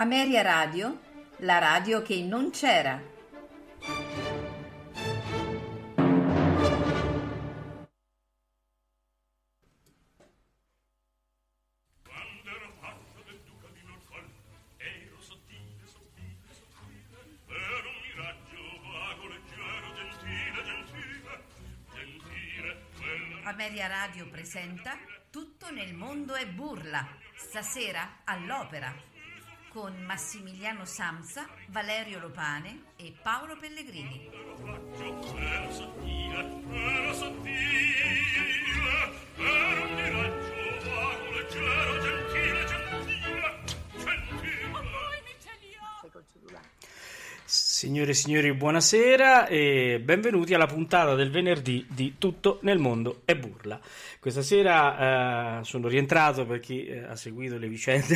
Ameria Radio, la radio che non c'era. Ameria Radio presenta Tutto nel mondo è burla, stasera all'Opera, con Massimiliano Samsa, Valerio Lopane e Paolo Pellegrini. Signore e signori, buonasera e benvenuti alla puntata del venerdì di Tutto nel mondo è burla. Questa sera sono rientrato per chi ha seguito le vicende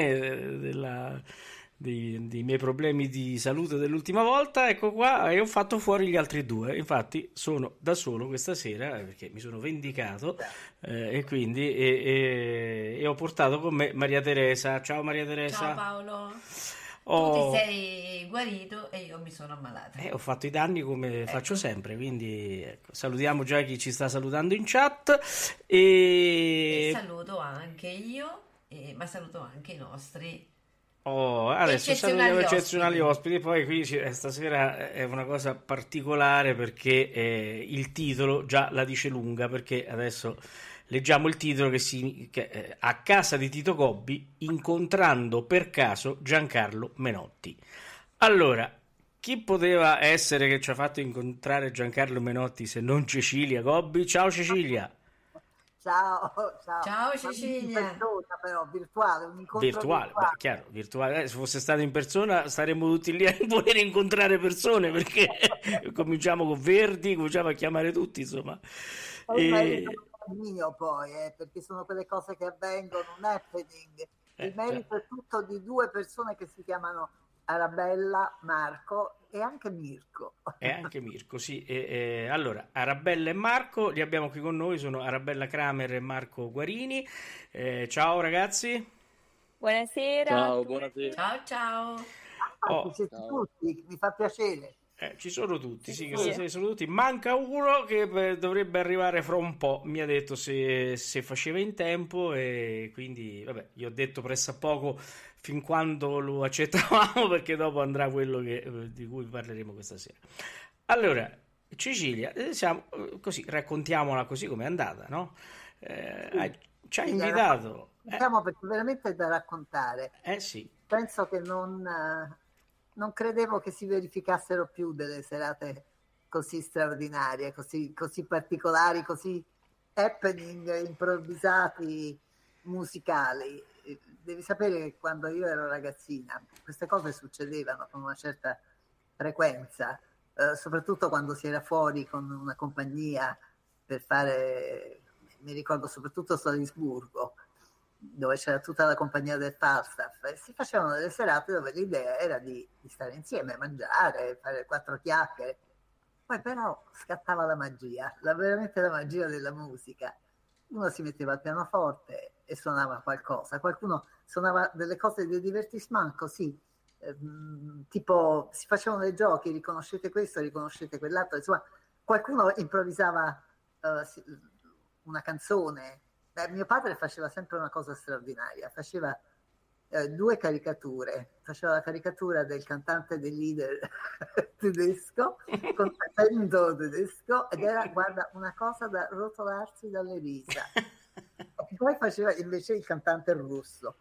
dei miei problemi di salute dell'ultima volta. Ecco qua, e ho fatto fuori gli altri due. Infatti sono da solo questa sera perché mi sono vendicato e quindi e ho portato con me Maria Teresa. Ciao Maria Teresa. Ciao Paolo. Tu ti sei guarito e io mi sono ammalata. Ho fatto i danni come faccio sempre, quindi ecco, salutiamo già chi ci sta salutando in chat e saluto anche io, ma saluto anche i nostri adesso salutiamo eccezionali ospiti. Poi qui stasera è una cosa particolare perché il titolo già la dice lunga, perché adesso leggiamo il titolo che a casa di Tito Gobbi, incontrando per caso Giancarlo Menotti. Allora, chi poteva essere che ci ha fatto incontrare Giancarlo Menotti se non Cecilia Gobbi? Ciao Cecilia. Ciao Cecilia. In persona, però virtuale, un incontro virtuale. Beh, chiaro, virtuale. Se fosse stato in persona saremmo tutti lì a voler incontrare persone, perché cominciamo con Verdi, cominciamo a chiamare tutti, insomma. Mio poi, perché sono quelle cose che avvengono, un happening. Il merito è tutto di due persone che si chiamano Arabella, Marco e anche Mirko. Sì. Allora, Arabella e Marco li abbiamo qui con noi, sono Arabella Kramer e Marco Guarini. Ciao ragazzi. Buonasera. Ciao, buonasera. Ciao. Siete tutti, mi fa piacere. Ci sono tutti, sì, sono tutti. Manca uno che dovrebbe arrivare fra un po'. Mi ha detto se faceva in tempo, e quindi vabbè, io ho detto pressappoco fin quando lo accettavamo, perché dopo andrà quello di cui parleremo questa sera. Allora, Cecilia, così, raccontiamola così come è andata, no? Ci ha invitato. Diciamo, perché veramente è da raccontare. Sì. Penso che non credevo che si verificassero più delle serate così straordinarie, così particolari, così happening, improvvisati, musicali. Devi sapere che quando io ero ragazzina queste cose succedevano con una certa frequenza, soprattutto quando si era fuori con una compagnia per fare, mi ricordo soprattutto Salisburgo, dove c'era tutta la compagnia del Falstaff, e si facevano delle serate dove l'idea era di stare insieme, mangiare, fare quattro chiacchiere. Poi però scattava la magia, veramente la magia della musica. Uno si metteva al pianoforte e suonava qualcosa, qualcuno suonava delle cose di divertissement così, tipo si facevano dei giochi, riconoscete questo, riconoscete quell'altro, insomma qualcuno improvvisava una canzone. Mio padre faceva sempre una cosa straordinaria, faceva due caricature, faceva la caricatura del cantante del leader tedesco con l'accento tedesco, ed era, guarda, una cosa da rotolarsi dalle risa. E poi faceva invece il cantante russo.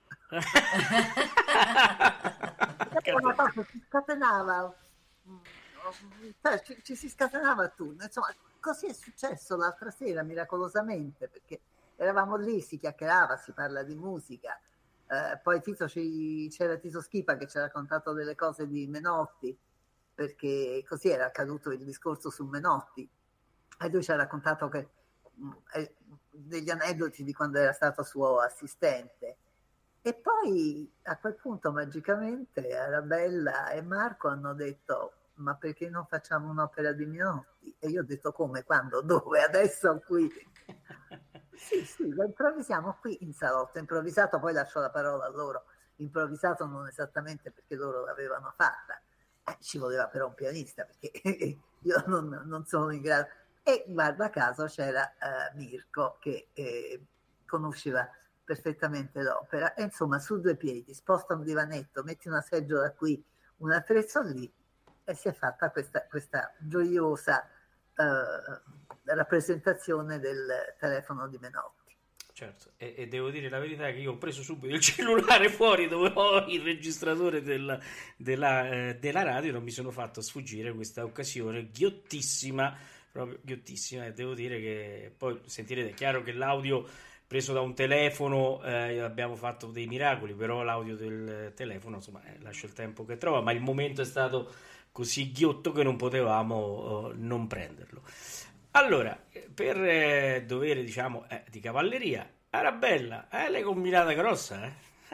Era una cosa, si scatenava, cioè, ci si scatenava tutto. Insomma, così è successo l'altra sera miracolosamente, perché eravamo lì, si chiacchierava, si parla di musica. Poi c'era Tito Schipa che ci ha raccontato delle cose di Menotti, perché così era accaduto il discorso su Menotti, e lui ci ha raccontato degli aneddoti di quando era stato suo assistente. E poi a quel punto magicamente Arabella e Marco hanno detto: ma perché non facciamo un'opera di Menotti? E io ho detto: come, quando, dove, adesso, qui? Sì, lo improvvisiamo qui in salotto. Improvvisato, poi lascio la parola a loro improvvisato non esattamente perché loro l'avevano fatta, ci voleva però un pianista, perché io non sono in grado. E guarda caso c'era Mirko che conosceva perfettamente l'opera, e insomma su due piedi, sposta un divanetto, metti una seggiola qui, un attrezzo lì, e si è fatta questa gioiosa rappresentazione del telefono di Menotti. Certo, e devo dire la verità che io ho preso subito il cellulare fuori dove ho il registratore della radio, non mi sono fatto sfuggire questa occasione ghiottissima, proprio ghiottissima, e devo dire che poi sentirete, è chiaro che l'audio preso da un telefono abbiamo fatto dei miracoli, però l'audio del telefono insomma lascia il tempo che trova, ma il momento è stato così ghiotto che non potevamo non prenderlo. Allora, per dovere diciamo di cavalleria, Arabella, l'hai combinata grossa,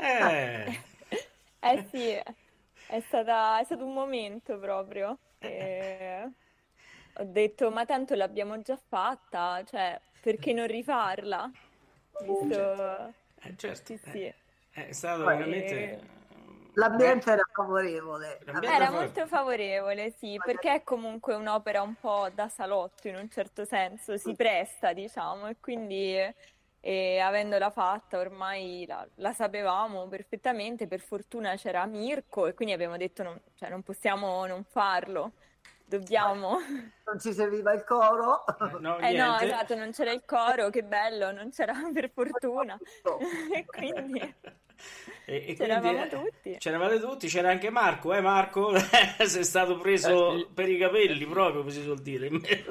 Sì, è stato un momento proprio. Ho detto, ma tanto l'abbiamo già fatta, cioè, perché non rifarla? Visto... certo, Sì. È stato veramente... L'ambiente era favorevole. Era molto favorevole, sì, perché è comunque un'opera un po' da salotto in un certo senso, si presta, diciamo, e quindi avendola fatta ormai la sapevamo perfettamente, per fortuna c'era Mirko e quindi abbiamo detto non possiamo non farlo, dobbiamo... Non ci serviva il coro? No, no, esatto, non c'era il coro, che bello, non c'era per fortuna, e quindi... c'eravamo tutti. C'eravate tutti, c'era anche Marco, Marco? Sei stato preso per i capelli proprio, come si suol dire.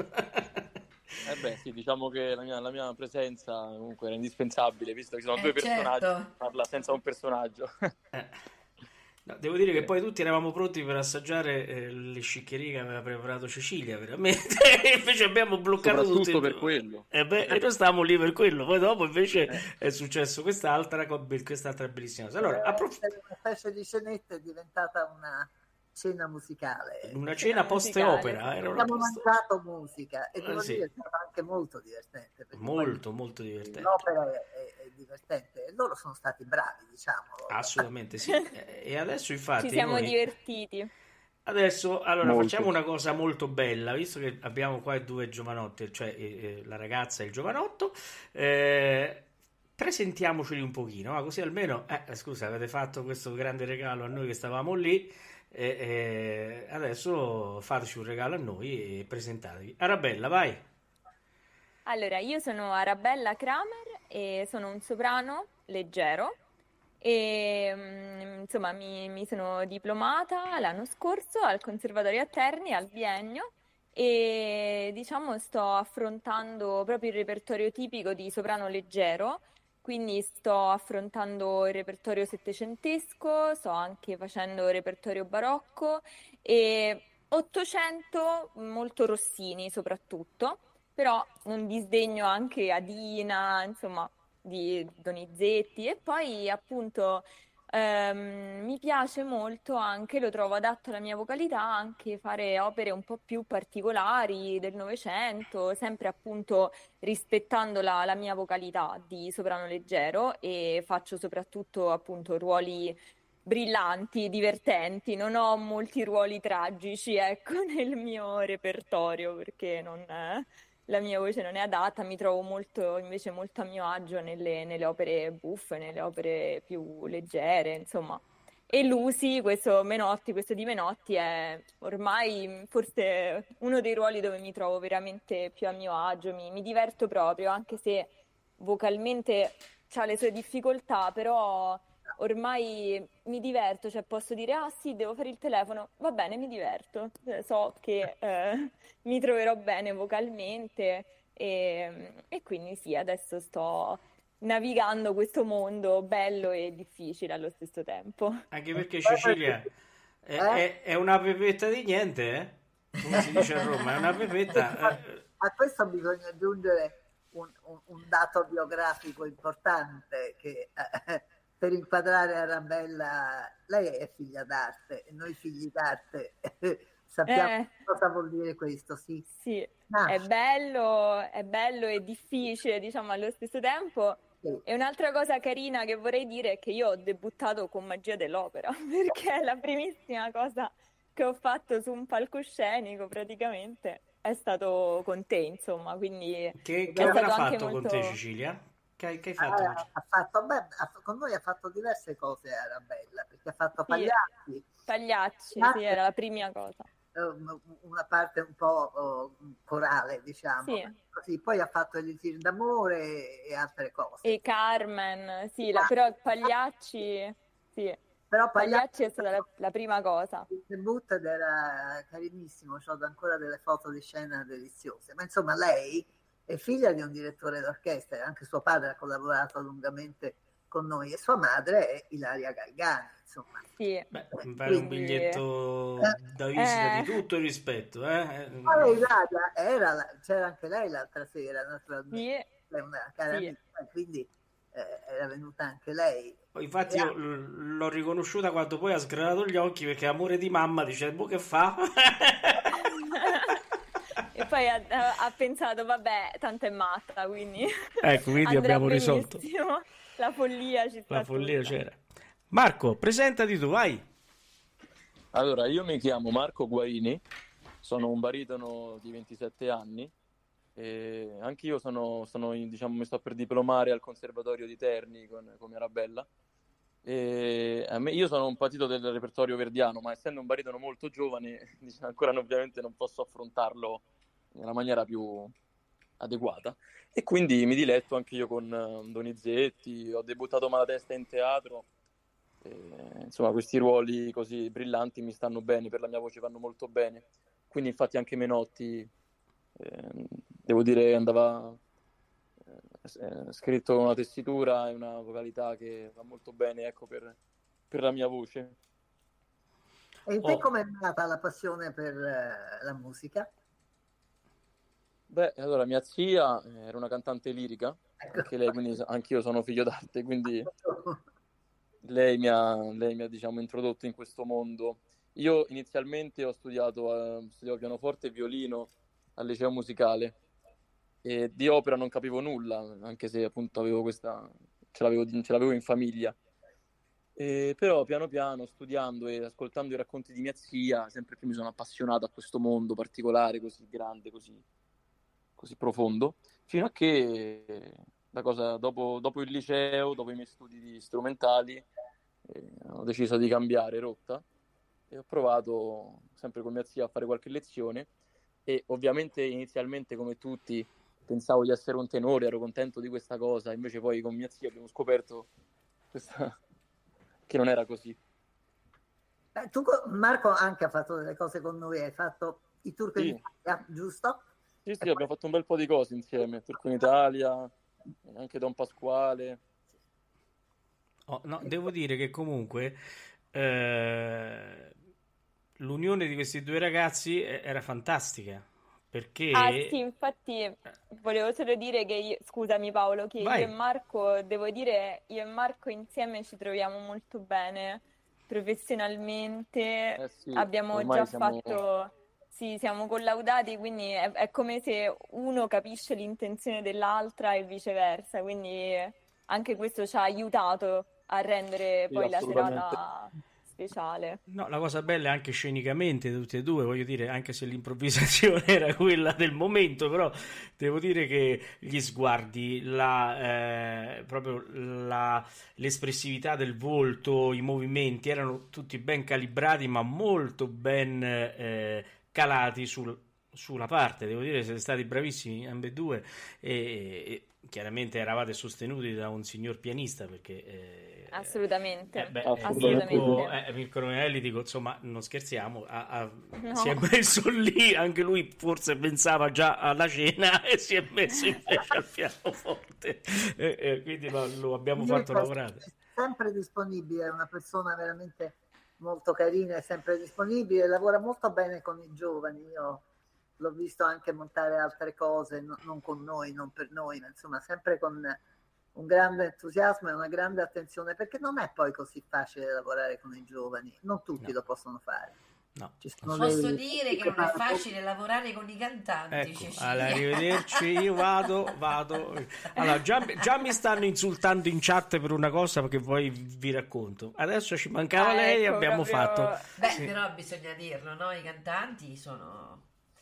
Sì, diciamo che la mia presenza comunque era indispensabile, visto che sono due personaggi, parla senza un personaggio. No, devo dire che poi tutti eravamo pronti per assaggiare le sciccherie che aveva preparato Cecilia, veramente, invece abbiamo bloccato tutto. Soprattutto per quello. E noi stavamo lì per quello, poi dopo invece è successo quest'altra bellissima cosa. Allora, una specie di cenetta è diventata una cena musicale. Una cena post-opera. Abbiamo mangiato musica e devo dire è stato anche molto divertente. Molto divertente. L'opera è divertente e loro sono stati bravi, diciamo. Assolutamente sì. E adesso infatti ci siamo divertiti. Adesso allora facciamo una cosa molto bella, visto che abbiamo qua i due giovanotti, cioè la ragazza e il giovanotto. Presentiamoceli un pochino, così almeno scusa, avete fatto questo grande regalo a noi che stavamo lì. Adesso fateci un regalo a noi e presentatevi. Arabella, vai. Allora, io sono Arabella Kramer e sono un soprano leggero e insomma mi sono diplomata l'anno scorso al Conservatorio a Terni al biennio e diciamo sto affrontando proprio il repertorio tipico di soprano leggero. Quindi sto affrontando il repertorio settecentesco, sto anche facendo il repertorio barocco e Ottocento, molto Rossini soprattutto, però un disdegno anche a Dina, insomma, di Donizetti. E poi appunto mi piace molto anche, lo trovo adatto alla mia vocalità, anche fare opere un po' più particolari del Novecento, sempre appunto rispettando la mia vocalità di soprano leggero e faccio soprattutto appunto ruoli brillanti, divertenti, non ho molti ruoli tragici, ecco, nel mio repertorio perché la mia voce non è adatta, mi trovo invece molto a mio agio nelle opere buffe, nelle opere più leggere, insomma. E Lucy, questo di Menotti è ormai forse uno dei ruoli dove mi trovo veramente più a mio agio, mi diverto proprio, anche se vocalmente ha le sue difficoltà, però ormai mi diverto, cioè posso dire sì, devo fare il telefono, va bene, mi diverto, so che mi troverò bene vocalmente e quindi sì, adesso sto navigando questo mondo bello e difficile allo stesso tempo. Anche perché Cecilia è una pepetta di niente, come si dice a Roma, è una pepetta. A questo bisogna aggiungere un dato biografico importante che per inquadrare Arabella, lei è figlia d'arte e noi figli d'arte sappiamo cosa vuol dire questo, sì. È bello e difficile, diciamo, allo stesso tempo, E un'altra cosa carina che vorrei dire è che io ho debuttato con Magia dell'Opera, perché è la primissima cosa che ho fatto su un palcoscenico praticamente è stato con te, insomma, quindi Che è opera ha stato anche fatto con molto... te, Cecilia? Che hai fatto con Con noi ha fatto diverse cose Arabella, perché ha fatto Sì, Pagliacci, sì, era la prima cosa. Una parte un po' corale, diciamo. Sì. Così, poi ha fatto Elisir d'amore e altre cose. E Carmen, sì, però Pagliacci, sì. Però Pagliacci è stata la prima cosa. Il debutto ed era carinissimo, ho ancora delle foto di scena deliziose. Ma insomma, lei è figlia di un direttore d'orchestra, e anche suo padre ha collaborato lungamente con noi e sua madre è Ilaria Galgani, insomma. Sì. Beh, fare un biglietto da visita di tutto il rispetto. Ilaria c'era anche lei l'altra sera, naturalmente. Sì. È una cara amica, quindi era venuta anche lei. Infatti io l'ho riconosciuta quando poi ha sgranato gli occhi, perché amore di mamma dice, boh, che fa? E poi ha pensato, vabbè, tanto è matta, quindi ecco, quindi abbiamo risolto. La follia ci sta. La follia c'era. Marco, presentati tu, vai. Allora, io mi chiamo Marco Guarini, sono un baritono di 27 anni e anch'io diciamo, mi sto per diplomare al Conservatorio di Terni con mia Arabella. E io sono un patito del repertorio verdiano, ma essendo un baritono molto giovane, ancora ovviamente non posso affrontarlo nella maniera più adeguata, e quindi mi diletto anche io con Donizetti, ho debuttato Malatesta in teatro, insomma questi ruoli così brillanti mi stanno bene, per la mia voce vanno molto bene, quindi infatti anche Menotti devo dire andava scritto con una tessitura e una vocalità che va molto bene, ecco, per la mia voce. E in te come è nata la passione per la musica? Beh, allora mia zia era una cantante lirica, anche lei, quindi anch'io sono figlio d'arte, quindi lei mi ha diciamo introdotto in questo mondo. Io inizialmente ho studiato pianoforte e violino al liceo musicale e di opera non capivo nulla, anche se appunto avevo ce l'avevo in famiglia. Però piano piano, studiando e ascoltando i racconti di mia zia, sempre più mi sono appassionato a questo mondo particolare, così grande, così profondo, fino a che dopo il liceo, dopo i miei studi strumentali, ho deciso di cambiare rotta e ho provato sempre con mia zia a fare qualche lezione, e ovviamente inizialmente, come tutti, pensavo di essere un tenore, ero contento di questa cosa, invece poi con mia zia abbiamo scoperto che non era così. Tu, Marco, anche ha fatto delle cose con noi, hai fatto i tour in Italia, giusto? Sì, abbiamo fatto un bel po' di cose insieme, Turco in Italia, anche Don Pasquale. No, devo dire che comunque l'unione di questi due ragazzi era fantastica, perché... sì, infatti volevo solo dire che scusami Paolo, che Vai. io e Marco, devo dire, io e Marco insieme ci troviamo molto bene professionalmente, abbiamo già fatto... Sì, siamo collaudati, quindi è come se uno capisce l'intenzione dell'altra e viceversa, quindi anche questo ci ha aiutato a rendere poi la serata speciale. No, la cosa bella è anche scenicamente tutti e due, voglio dire, anche se l'improvvisazione era quella del momento, però devo dire che gli sguardi, proprio l'espressività del volto, i movimenti erano tutti ben calibrati, ma molto ben calati sulla parte. Devo dire, siete stati bravissimi ambedue e chiaramente eravate sostenuti da un signor pianista, perché assolutamente, Mirko Romanelli, dico, insomma, non scherziamo, si è messo lì, anche lui forse pensava già alla cena e si è messo invece al pianoforte, quindi lo abbiamo fatto lavorare. Sempre disponibile, è una persona veramente molto carina, è sempre disponibile, lavora molto bene con i giovani. Io l'ho visto anche montare altre cose, non con noi, non per noi, ma insomma sempre con un grande entusiasmo e una grande attenzione, perché non è poi così facile lavorare con i giovani, non tutti lo possono fare. No. Posso dire che non è facile lavorare con i cantanti, ecco, arrivederci, io vado. Allora, già mi stanno insultando in chat per una cosa che poi vi racconto. Adesso ci mancava lei, ecco, abbiamo fatto. Beh, sì. Però bisogna dirlo, no? I cantanti sono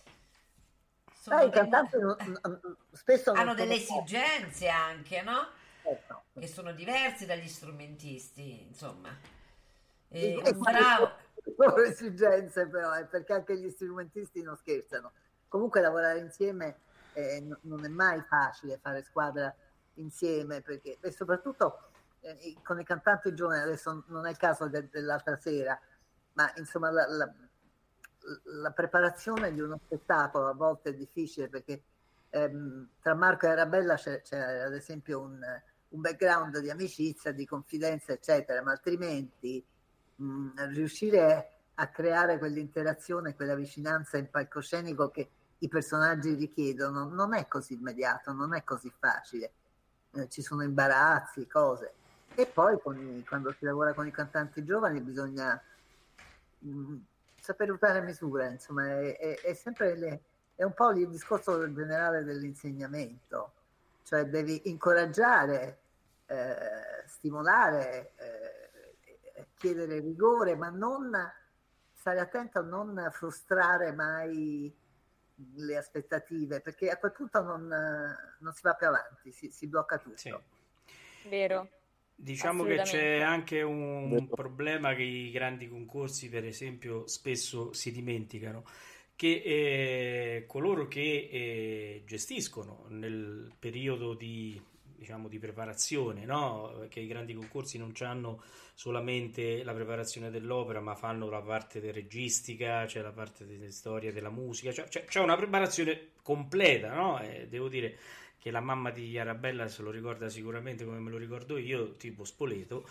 i cantanti spesso hanno delle esigenze anche, no? Certo. Che sono diversi dagli strumentisti, insomma. Un bravo... loro esigenze, però perché anche gli strumentisti non scherzano. Comunque lavorare insieme non è mai facile, fare squadra insieme, perché e soprattutto con i cantanti giovani, adesso non è il caso dell'altra sera, ma insomma la preparazione di uno spettacolo a volte è difficile, perché tra Marco e Arabella c'è ad esempio un background di amicizia, di confidenza, eccetera, ma altrimenti riuscire a creare quell'interazione, quella vicinanza in palcoscenico che i personaggi richiedono non è così immediato, non è così facile, ci sono imbarazzi, cose, e poi quando si lavora con i cantanti giovani bisogna saper usare misura, insomma è sempre è un po' il discorso generale dell'insegnamento, cioè devi incoraggiare, stimolare, chiedere rigore, ma non stare attento a non frustrare mai le aspettative, perché a quel punto non si va più avanti, si blocca tutto. Sì. Vero. Diciamo che c'è anche un problema che i grandi concorsi, per esempio, spesso si dimenticano, che coloro che gestiscono nel periodo di preparazione, no? Che i grandi concorsi non hanno solamente la preparazione dell'opera, ma fanno la parte registica, c'è la parte di storia della musica, c'è una preparazione completa, no? Devo dire che la mamma di Arabella se lo ricorda sicuramente come me lo ricordo io, tipo Spoleto,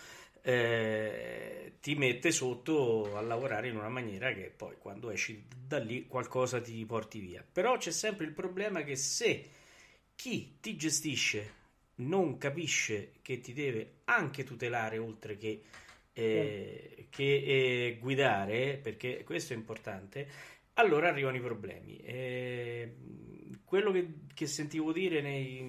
ti mette sotto a lavorare in una maniera che poi quando esci da lì qualcosa ti porti via. Però c'è sempre il problema che se chi ti gestisce non capisce che ti deve anche tutelare oltre che guidare, perché questo è importante, allora arrivano i problemi. Quello che sentivo dire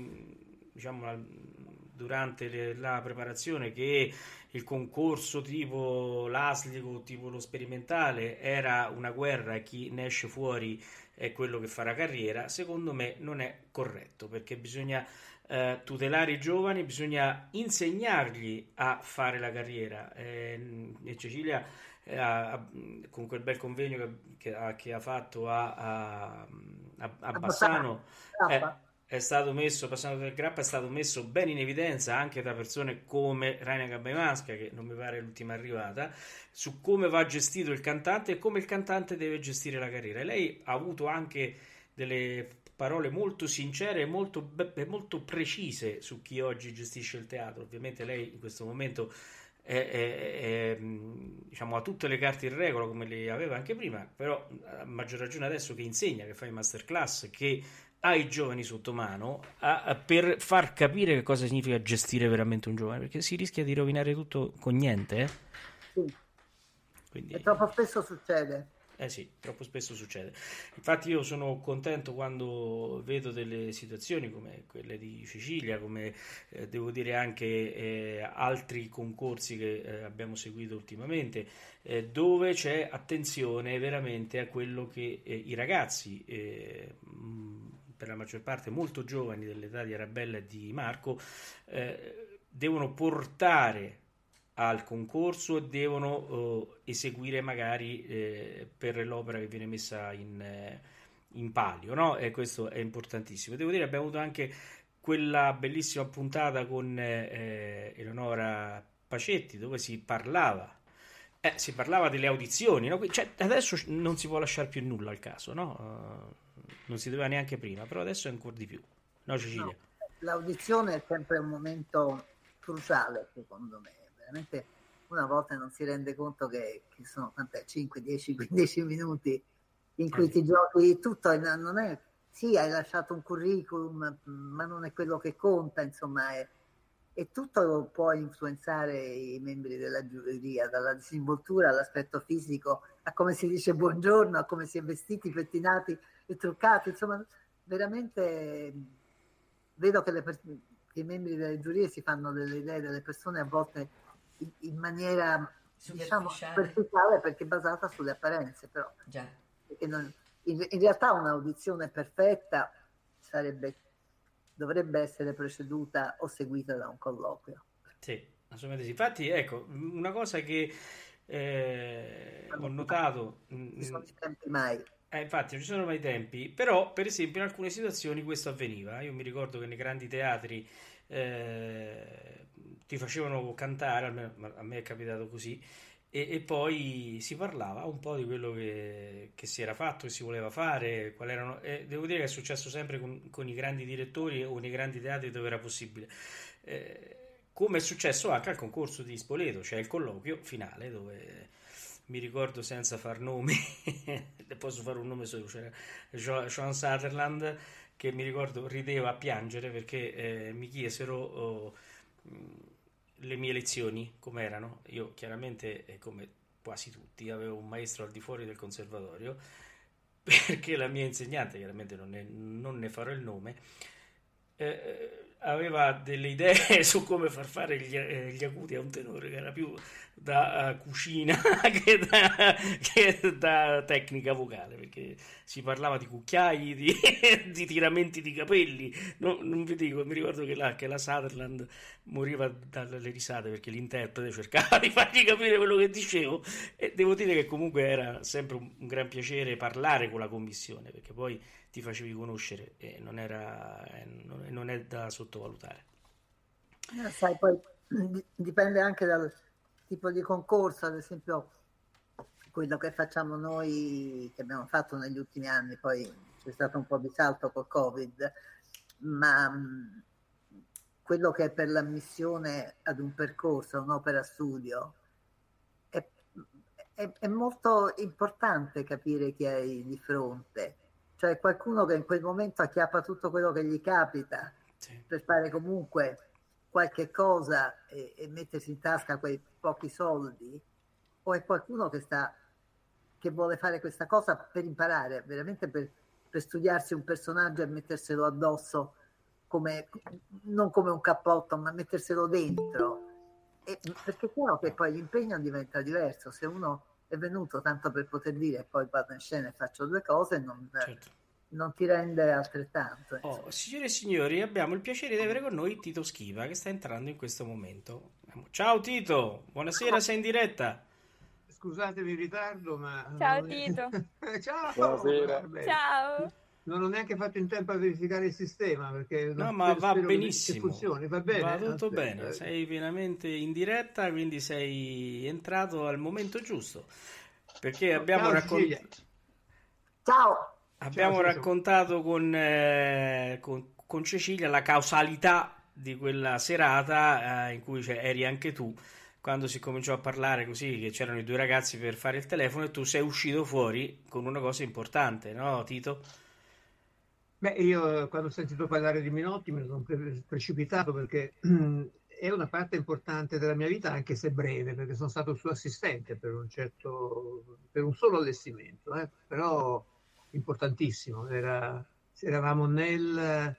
durante la preparazione, che il concorso tipo l'Aslico, tipo lo sperimentale, era una guerra e chi ne esce fuori è quello che farà carriera, secondo me non è corretto, perché bisogna tutelare i giovani, bisogna insegnargli a fare la carriera. E Cecilia con quel bel convegno che ha fatto a Bassano è stato messo, Bassano del Grappa, è stato messo ben in evidenza anche da persone come Raina Gabaimasca, che non mi pare l'ultima arrivata, su come va gestito il cantante e come il cantante deve gestire la carriera. E lei ha avuto anche delle parole molto sincere e molto precise su chi oggi gestisce il teatro. Ovviamente lei in questo momento ha tutte le carte in regola come le aveva anche prima, però a maggior ragione adesso che insegna, che fa i masterclass, che ha i giovani sotto mano, per far capire che cosa significa gestire veramente un giovane, perché si rischia di rovinare tutto con niente. Sì. Quindi... E troppo spesso succede. Sì, troppo spesso succede. Infatti io sono contento quando vedo delle situazioni come quelle di Cecilia, come devo dire anche altri concorsi che abbiamo seguito ultimamente, dove c'è attenzione veramente a quello che i ragazzi, per la maggior parte molto giovani, dell'età di Arabella e di Marco, devono portare al concorso e devono eseguire magari per l'opera che viene messa in palio, no? E questo è importantissimo. Devo dire, abbiamo avuto anche quella bellissima puntata con Eleonora Pacetti, dove si parlava delle audizioni, no? Adesso non si può lasciare più nulla al caso, no? Non si doveva neanche prima, però adesso è ancora di più, no Cecilia? No, l'audizione è sempre un momento cruciale, secondo me. Veramente una volta non si rende conto che sono 5, 10, 15 minuti in cui ti giochi tutto, non è, sì, hai lasciato un curriculum, ma non è quello che conta, insomma, e tutto può influenzare i membri della giuria, dalla disinvoltura all'aspetto fisico a come si dice buongiorno, a come si è vestiti, pettinati e truccati, insomma veramente vedo che i membri delle giurie si fanno delle idee delle persone a volte in maniera diciamo superficiale, perché basata sulle apparenze, però perché in realtà un'audizione perfetta dovrebbe essere preceduta o seguita da un colloquio. Sì, assolutamente sì. Infatti, ecco, una cosa che ho notato... ci sono i tempi mai. Infatti non ci sono mai tempi, però per esempio in alcune situazioni questo avveniva. Io mi ricordo che nei grandi teatri ti facevano cantare, almeno a me è capitato così, e poi si parlava un po' di quello che si era fatto, che si voleva fare, quali erano, devo dire che è successo sempre con i grandi direttori o nei grandi teatri dove era possibile. Come è successo anche al concorso di Spoleto, c'è il colloquio finale dove mi ricordo, senza far nomi, posso fare un nome solo, c'era Sean Sutherland che mi ricordo rideva a piangere perché mi chiesero le mie lezioni com'erano. Io chiaramente, come quasi tutti, avevo un maestro al di fuori del conservatorio, perché la mia insegnante, chiaramente non ne farò il nome, aveva delle idee su come far fare gli acuti a un tenore che era più da cucina che da tecnica vocale, perché si parlava di cucchiai, di tiramenti di capelli. Non vi dico, mi ricordo che la Sutherland moriva dalle risate perché l'interprete cercava di fargli capire quello che dicevo, e devo dire che comunque era sempre un gran piacere parlare con la commissione, perché poi ti facevi conoscere e non è da sottovalutare. Sai, poi dipende anche dal tipo di concorso, ad esempio quello che facciamo noi, che abbiamo fatto negli ultimi anni, poi c'è stato un po' di salto col Covid, ma quello che è per l'ammissione ad un percorso, a un'opera studio, è molto importante capire chi hai di fronte. Cioè qualcuno che in quel momento acchiappa tutto quello che gli capita per fare comunque qualche cosa e mettersi in tasca quei pochi soldi, o è qualcuno che vuole fare questa cosa per imparare, veramente per studiarsi un personaggio e metterselo addosso non come un cappotto, ma metterselo dentro. Perché è chiaro che poi l'impegno diventa diverso. Se uno è venuto tanto per poter dire poi vado in scena e faccio due cose, non ti rende altrettanto. Signore e signori, abbiamo il piacere di avere con noi Tito Schiva, che sta entrando in questo momento. Ciao Tito, buonasera, sei in diretta. Scusatemi il ritardo, ma... Ciao Tito. Ciao. Buonasera. Ciao. Non ho neanche fatto in tempo a verificare il sistema, perché ma va benissimo, che funzioni. Va bene, va tutto bene, sei pienamente in diretta, quindi sei entrato al momento giusto, perché abbiamo raccontato con Cecilia la causalità di quella serata in cui eri anche tu, quando si cominciò a parlare così che c'erano i due ragazzi per fare il telefono e tu sei uscito fuori con una cosa importante, no Tito? Beh, io quando ho sentito parlare di Menotti mi sono precipitato, perché è una parte importante della mia vita, anche se breve, perché sono stato suo assistente per un solo allestimento, però importantissimo. Eravamo nel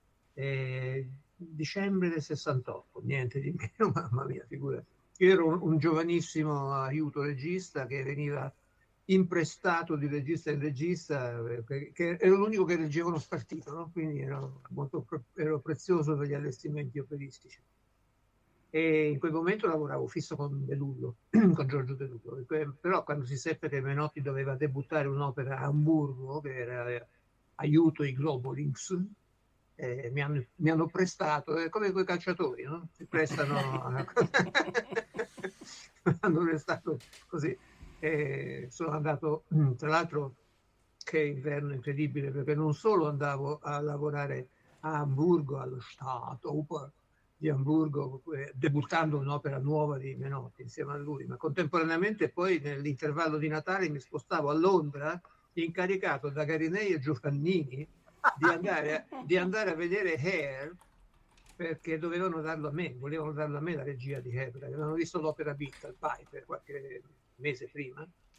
dicembre del 68, niente di meno, mamma mia, figurati. Io ero un giovanissimo aiuto regista che veniva imprestato di regista in regista, che ero l'unico che reggeva uno spartito, no? Quindi ero prezioso per gli allestimenti operistici. E in quel momento lavoravo fisso con De Lullo, con Giorgio De Lullo. Però quando si seppe che Menotti doveva debuttare un'opera a Amburgo, che era Aiuto i Globolings, mi hanno prestato, come quei calciatori, no? Si prestano hanno prestato così. Sono andato, tra l'altro, che inverno incredibile, perché non solo andavo a lavorare a Amburgo, allo Staatsoper di Amburgo, debuttando un'opera nuova di Menotti insieme a lui, ma contemporaneamente poi nell'intervallo di Natale mi spostavo a Londra, incaricato da Garinei e Giovannini di andare a vedere Hair, perché volevano darlo a me la regia di Hair, perché avevano visto l'opera Beat al Piper qualche mese prima,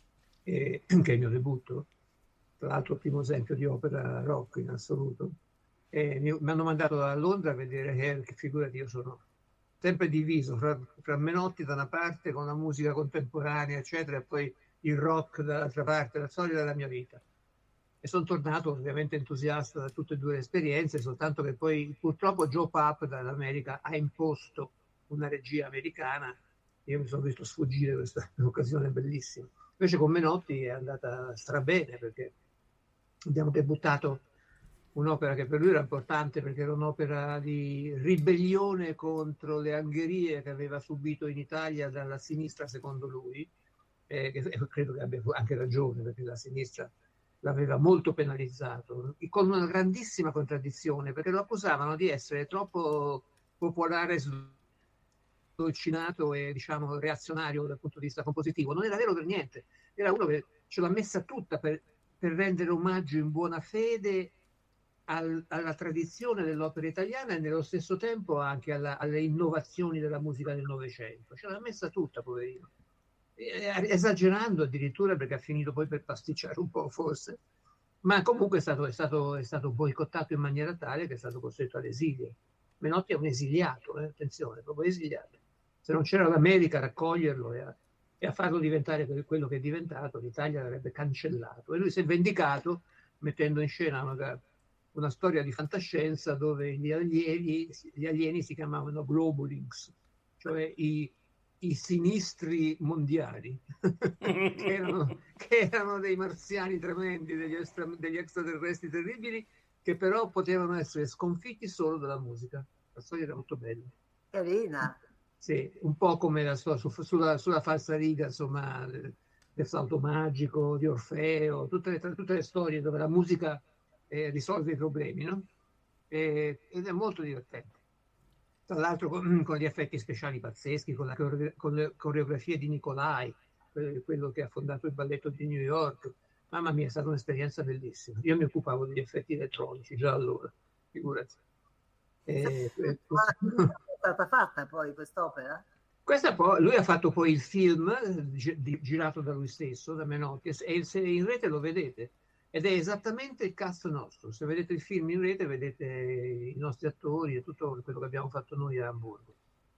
che è il mio debutto, tra l'altro il primo esempio di opera rock in assoluto. E mi hanno mandato a Londra a vedere che figurati, io sono sempre diviso fra Menotti da una parte con la musica contemporanea, eccetera, e poi il rock dall'altra parte, la storia della mia vita. E sono tornato ovviamente entusiasta da tutte e due le esperienze, soltanto che poi purtroppo Joe Papp dall'America ha imposto una regia americana. Io mi sono visto sfuggire questa occasione bellissima. Invece con Menotti è andata strabene, perché abbiamo debuttato un'opera che per lui era importante, perché era un'opera di ribellione contro le angherie che aveva subito in Italia dalla sinistra, secondo lui, che credo che abbia anche ragione, perché la sinistra l'aveva molto penalizzato, con una grandissima contraddizione, perché lo accusavano di essere troppo popolare, sdolcinato e diciamo reazionario dal punto di vista compositivo. Non era vero per niente, era uno che ce l'ha messa tutta per rendere omaggio in buona fede alla tradizione dell'opera italiana e nello stesso tempo anche alle innovazioni della musica del Novecento. Ce l'ha messa tutta, poverino. Esagerando addirittura, perché ha finito poi per pasticciare un po' forse, ma comunque è stato boicottato in maniera tale che è stato costretto all'esilio. Menotti è un esiliato, attenzione, proprio esiliato. Se non c'era l'America a raccoglierlo e a farlo diventare quello che è diventato, l'Italia l'avrebbe cancellato. E lui si è vendicato mettendo in scena una storia di fantascienza dove gli alieni si chiamavano Globulings, cioè i sinistri mondiali, che erano dei marziani tremendi, degli extraterrestri terribili, che però potevano essere sconfitti solo dalla musica. La storia era molto bella. Carina. Sì, un po' come la storia sulla falsariga, insomma, del flauto magico, di Orfeo, tutte le storie dove la musica risolve i problemi, no? Ed è molto divertente. Tra l'altro con gli effetti speciali pazzeschi, con le coreografie di Nicolai, quello che ha fondato il balletto di New York. Mamma mia, è stata un'esperienza bellissima. Io mi occupavo degli effetti elettronici già allora, figurati. È stata fatta poi quest'opera? Lui ha fatto poi il film girato da lui stesso, da Menotti, e se in rete lo vedete. Ed è esattamente il cast nostro. Se vedete il film in rete vedete i nostri attori e tutto quello che abbiamo fatto noi a Amburgo.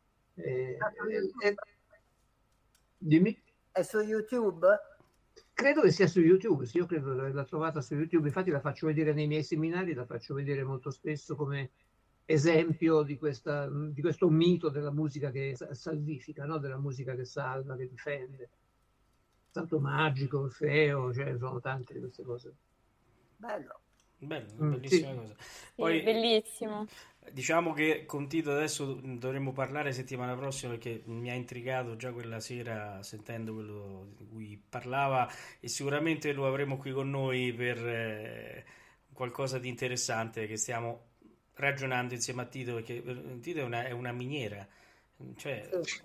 Dimmi? È su YouTube? Credo che sia su YouTube, sì, io credo di averla trovata su YouTube. Infatti la faccio vedere nei miei seminari, la faccio vedere molto spesso come esempio di questo mito della musica che salvifica, no? Della musica che salva, che difende. Tanto magico, Orfeo, cioè sono tante di queste cose. Bello, bellissima sì. cosa. Poi, sì, bellissimo. Diciamo che con Tito adesso dovremmo parlare settimana prossima, perché mi ha intrigato già quella sera sentendo quello di cui parlava, e sicuramente lo avremo qui con noi per qualcosa di interessante che stiamo ragionando insieme a Tito, perché Tito è una miniera, cioè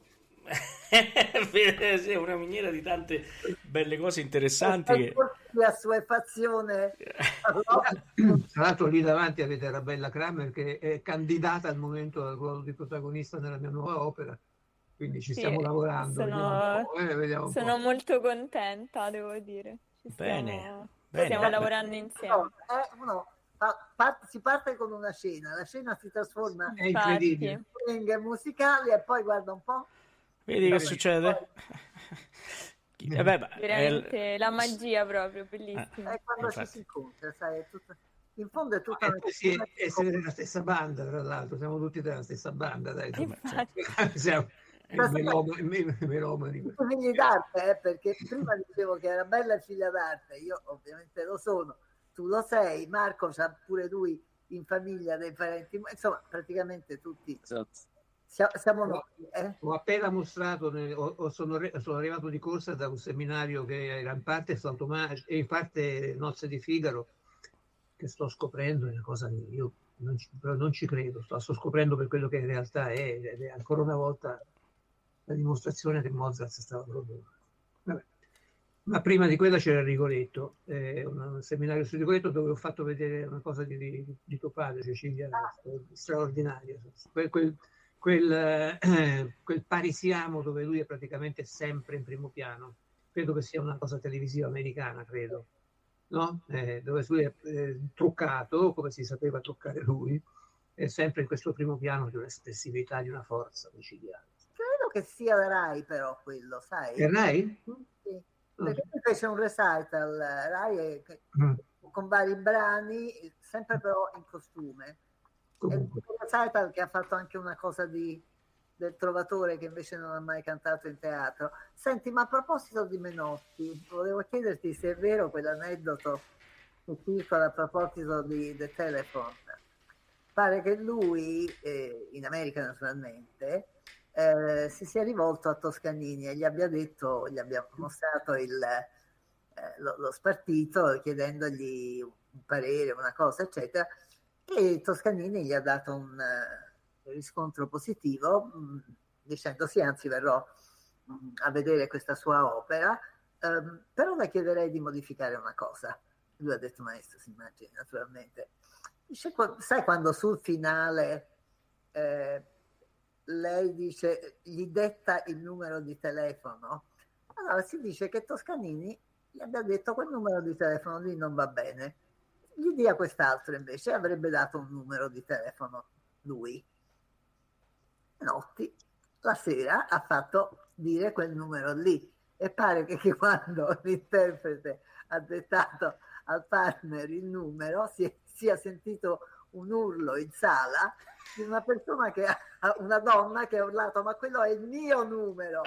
sì, è una miniera di tante belle cose interessanti. La sua assuefazione. Tra l'altro lì davanti avete Arabella Kramer, che è candidata al momento al ruolo di protagonista nella mia nuova opera, quindi ci stiamo lavorando. Vediamo sono molto contenta, devo dire. Bene. Stiamo lavorando insieme. Si parte con una scena, la scena si trasforma in musicali e poi guarda un po'. Vedi che succede? Veramente la magia proprio, bellissima. È quando ci si incontra, sai, in fondo è tutta siete della stessa banda, tra l'altro, siamo tutti della stessa banda, dai. Siamo melomani. Figli d'arte, perché prima dicevo che era bella figlia d'arte, io ovviamente lo sono, tu lo sei, Marco c'ha pure lui in famiglia dei parenti, insomma praticamente tutti. Esatto. Siamo noi. Ho appena mostrato, sono arrivato di corsa da un seminario che era in parte flauto magico e in parte Nozze di Figaro, che sto scoprendo, è una cosa che io non ci credo, sto scoprendo per quello che in realtà è, ed è ancora una volta la dimostrazione che Mozart stava proprio. Vabbè. Ma prima di quella c'era Rigoletto, un seminario su Rigoletto dove ho fatto vedere una cosa di tuo padre, Cecilia, straordinaria. Quel parisiamo dove lui è praticamente sempre in primo piano, credo che sia una cosa televisiva americana, credo, no? Dove lui è truccato, come si sapeva truccare lui, è sempre in questo primo piano di un'espressività, di una forza micidiale. Credo che sia la Rai, però, quello, sai? È Rai? Sì, perché fece un recital Rai con vari brani, sempre però in costume. Comunque. È un recital che ha fatto anche una cosa del Trovatore, che invece non ha mai cantato in teatro. Senti, ma a proposito di Menotti, volevo chiederti se è vero quell'aneddoto che circola a proposito di The Telephone. Pare che lui, in America naturalmente, si sia rivolto a Toscanini e gli abbia mostrato lo spartito, chiedendogli un parere, una cosa, eccetera, e Toscanini gli ha dato un riscontro positivo, dicendo sì, anzi verrò a vedere questa sua opera, però le chiederei di modificare una cosa. Lui ha detto: maestro, si immagini, naturalmente. Dice, sai quando sul finale lei dice, gli detta il numero di telefono? Allora si dice che Toscanini gli abbia detto: quel numero di telefono lì non va bene, gli dia quest'altro invece. Avrebbe dato un numero di telefono lui. Notti, la sera, ha fatto dire quel numero lì, e pare che quando l'interprete ha dettato al partner il numero sia sentito un urlo in sala di una persona una donna che ha urlato: ma quello è il mio numero.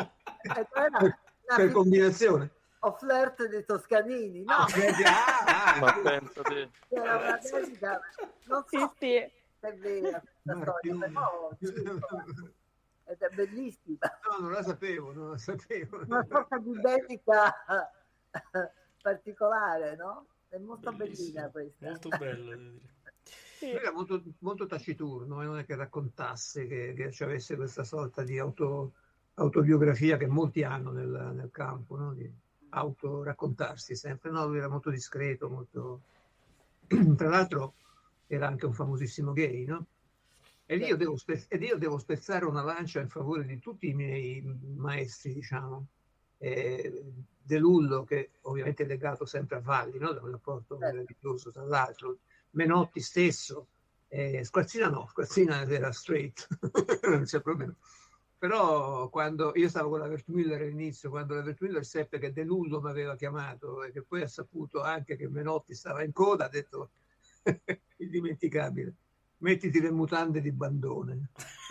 Per combinazione o flirt di Toscanini, no? Ma pensate, era una dedica, non so se è vera questa storia, però ed è bellissima. No, non la sapevo. Una sorta di dedica particolare, no? È molto bellina questa. Molto bello, devo dire. Lui era molto, molto taciturno, non è che raccontasse, che avesse questa sorta di autobiografia che molti hanno nel campo, no? Di autoraccontarsi sempre. No, lui era molto discreto, molto... Tra l'altro era anche un famosissimo gay, no? E io devo spezzare una lancia in favore di tutti i miei maestri, diciamo. De Lullo, che ovviamente è legato sempre a Valli, no? Da un rapporto meraviglioso, tra l'altro. Menotti stesso, Squarzina era straight, non c'è problema. Però quando io stavo con la Wertmüller all'inizio, quando la Wertmüller seppe che De Lullo mi aveva chiamato e che poi ha saputo anche che Menotti stava in coda, ha detto: indimenticabile, mettiti le mutande di Bandone.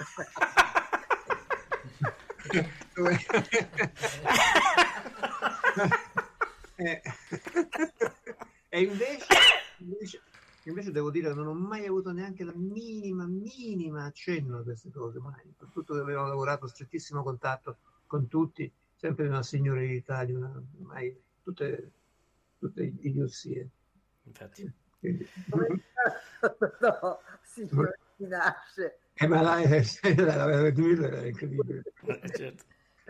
E invece devo dire che non ho mai avuto neanche la minima accenno a queste cose, mai. Soprattutto che avevamo lavorato a strettissimo contatto con tutti, sempre di una signorilità, mai tutte idiozie. Infatti. No, signore, si nasce. Ma la Wertmüller era incredibile. Certo.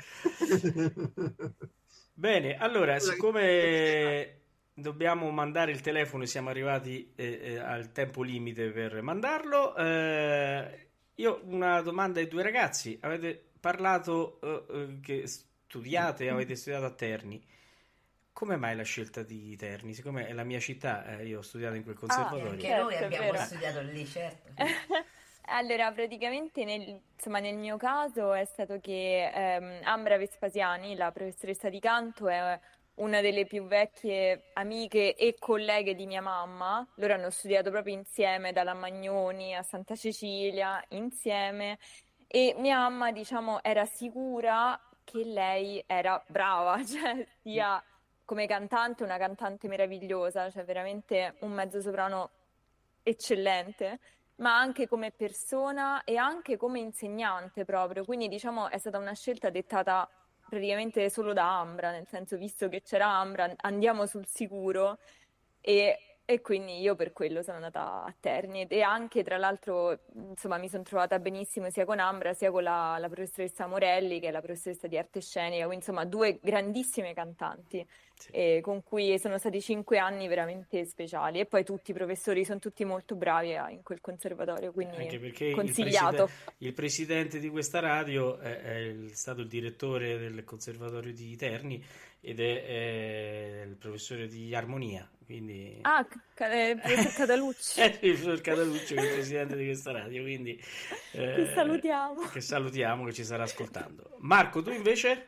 Bene, allora, siccome dobbiamo mandare il telefono e siamo arrivati al tempo limite per mandarlo, io una domanda ai due ragazzi. Avete parlato che avete studiato a Terni. Come mai la scelta di Terni? Siccome è la mia città, io ho studiato in quel conservatorio. Anche noi abbiamo studiato lì, certo. Allora, praticamente nel mio caso è stato che Ambra Vespasiani, la professoressa di canto, è una delle più vecchie amiche e colleghe di mia mamma. Loro hanno studiato proprio insieme, dalla Magnoni a Santa Cecilia, insieme, e mia mamma, diciamo, era sicura che lei era brava, cioè sia come cantante, una cantante meravigliosa, cioè veramente un mezzosoprano eccellente, ma anche come persona e anche come insegnante proprio. Quindi diciamo è stata una scelta dettata praticamente solo da Ambra, nel senso, visto che c'era Ambra, andiamo sul sicuro, e E quindi io per quello sono andata a Terni e anche tra l'altro insomma mi sono trovata benissimo sia con Ambra sia con la professoressa Morelli che è la professoressa di arte scenica, quindi insomma due grandissime cantanti con cui sono stati 5 anni veramente speciali e poi tutti i professori sono tutti molto bravi in quel conservatorio, quindi anche perché consigliato. Il presidente di questa radio è stato il direttore del conservatorio di Terni ed è il professore di armonia, quindi il professor Catalucci. il professor Catalucci che è il presidente di questa radio, quindi che salutiamo, che ci starà ascoltando. Marco, tu invece?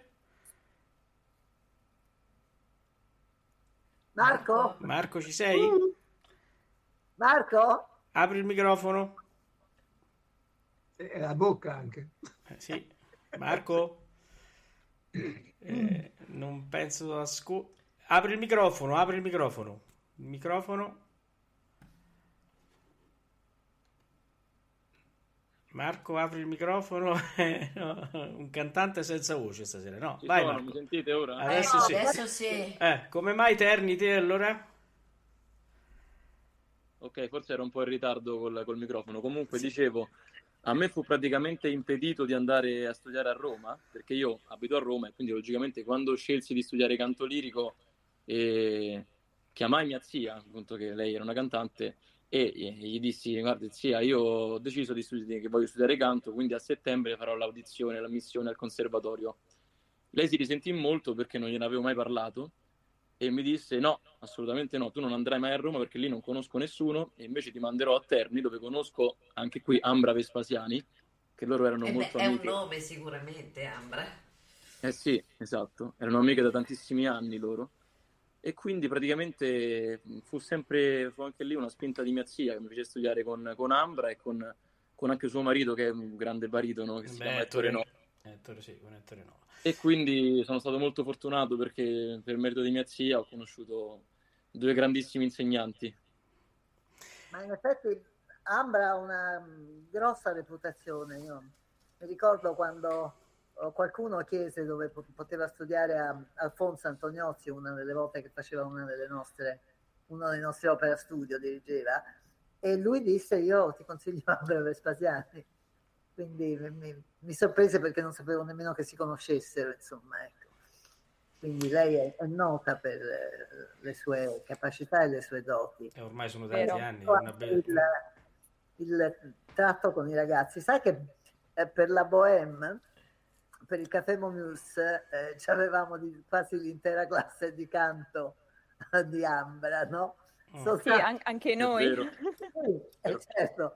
Marco, ci sei? Marco? Apri il microfono. E la bocca anche. Sì. Marco? Non penso apri il microfono. Il microfono. Marco, apri il microfono. No, un cantante senza voce stasera. No, vai Marco. Mi sentite ora? Adesso sì. Come mai Terni te allora? Ok, forse ero un po' in ritardo col microfono. Comunque dicevo, a me fu praticamente impedito di andare a studiare a Roma, perché io abito a Roma e quindi logicamente quando scelsi di studiare canto lirico chiamai mia zia, appunto che lei era una cantante, e gli dissi: guarda zia, io ho deciso che voglio studiare canto, quindi a settembre farò l'audizione, l'ammissione al conservatorio. Lei si risentì molto perché non gliene avevo mai parlato e mi disse: no, assolutamente no, tu non andrai mai a Roma perché lì non conosco nessuno e invece ti manderò a Terni dove conosco anche qui Ambra Vespasiani, che loro erano molto amiche. È un nome sicuramente, Ambra. Sì, esatto, erano amiche da tantissimi anni loro. E quindi praticamente fu anche lì una spinta di mia zia che mi fece studiare con Ambra e con anche suo marito che è un grande baritono che si chiama Ettore Nova. Ettore Nova. E quindi sono stato molto fortunato perché per merito di mia zia ho conosciuto due grandissimi insegnanti. Ma in effetti Ambra ha una grossa reputazione. Io mi ricordo quando qualcuno chiese dove poteva studiare a Alfonso Antoniozzi, una delle volte che faceva una delle nostre opera studio, dirigeva, e lui disse: io ti consiglio Ambra Vespasiani. Quindi mi sorprese perché non sapevo nemmeno che si conoscessero, insomma, ecco. Quindi lei è nota per le sue capacità e le sue doti. E ormai sono tanti anni. Il tratto con i ragazzi. Sai che per la Bohème, per il Café Momus, avevamo quasi l'intera classe di canto di Ambra, no? Sì, anche noi. Sì, certo.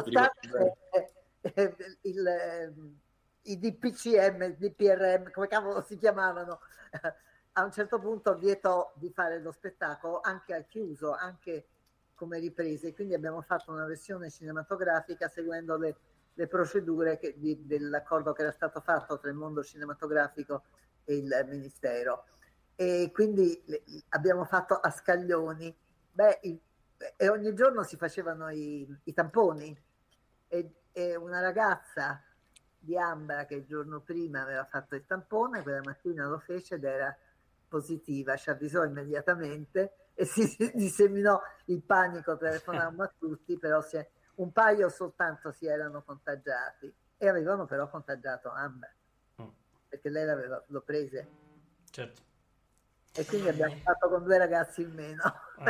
I DPCM, DPRM, come cavolo si chiamavano, a un certo punto vietò di fare lo spettacolo anche al chiuso, anche come riprese, quindi abbiamo fatto una versione cinematografica seguendo le procedure dell'accordo che era stato fatto tra il mondo cinematografico e il Ministero, e quindi abbiamo fatto a scaglioni, e ogni giorno si facevano i tamponi, e una ragazza di Ambra che il giorno prima aveva fatto il tampone, quella mattina lo fece ed era positiva, ci avvisò immediatamente e si disseminò il panico, telefonammo a tutti, però un paio soltanto si erano contagiati e avevano però contagiato Ambra, perché lei lo prese. Certo. E quindi abbiamo fatto con 2 ragazzi in meno.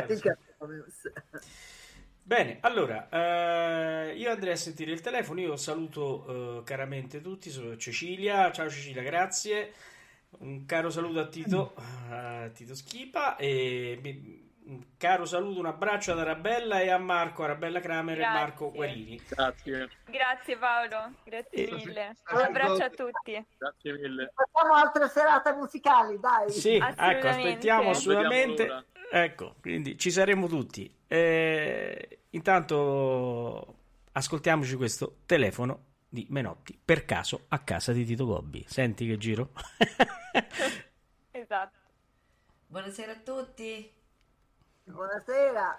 Bene, allora io andrei a sentire il telefono. Io saluto caramente tutti. Sono Cecilia, ciao Cecilia, grazie. Un caro saluto a Tito Schipa e un caro saluto, un abbraccio ad Arabella e a Marco, Arabella Kramer e Marco Guarini. Grazie Paolo, grazie mille. Un abbraccio a tutti. Grazie mille. Facciamo altre serate musicali, dai. Sì, ecco, aspettiamo assolutamente. Ecco, quindi ci saremo tutti. Intanto ascoltiamoci questo telefono di Menotti, per caso a casa di Tito Gobbi. Senti che giro. Esatto. Buonasera a tutti. Buonasera.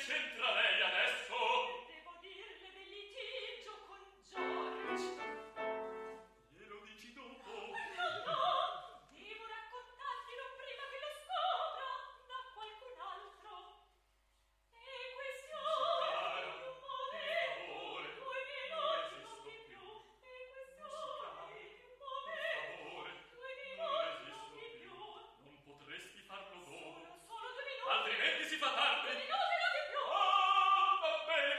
c'entra lei adesso? Devo dirle del litigio con George. Glielo dici dopo? No, devo raccontarglielo prima che lo scopra da qualcun altro. E questione di un momento, 2 minuti non di più. E questione di un momento, 2 minuti non di più. Non potresti farlo dopo? Solo 2 minuti. Altrimenti si fa tardi. 2 minuti non di più. Va bene,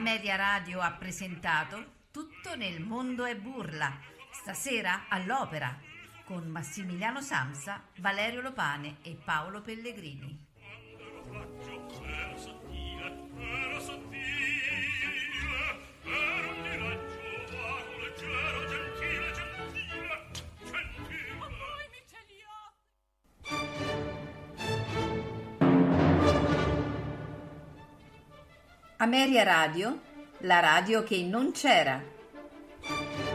Ameria Radio ha presentato Tutto nel mondo è burla, stasera all'Opera, con Massimiliano Samsa, Valerio Lopane e Paolo Pellegrini. Ameria Radio, la radio che non c'era.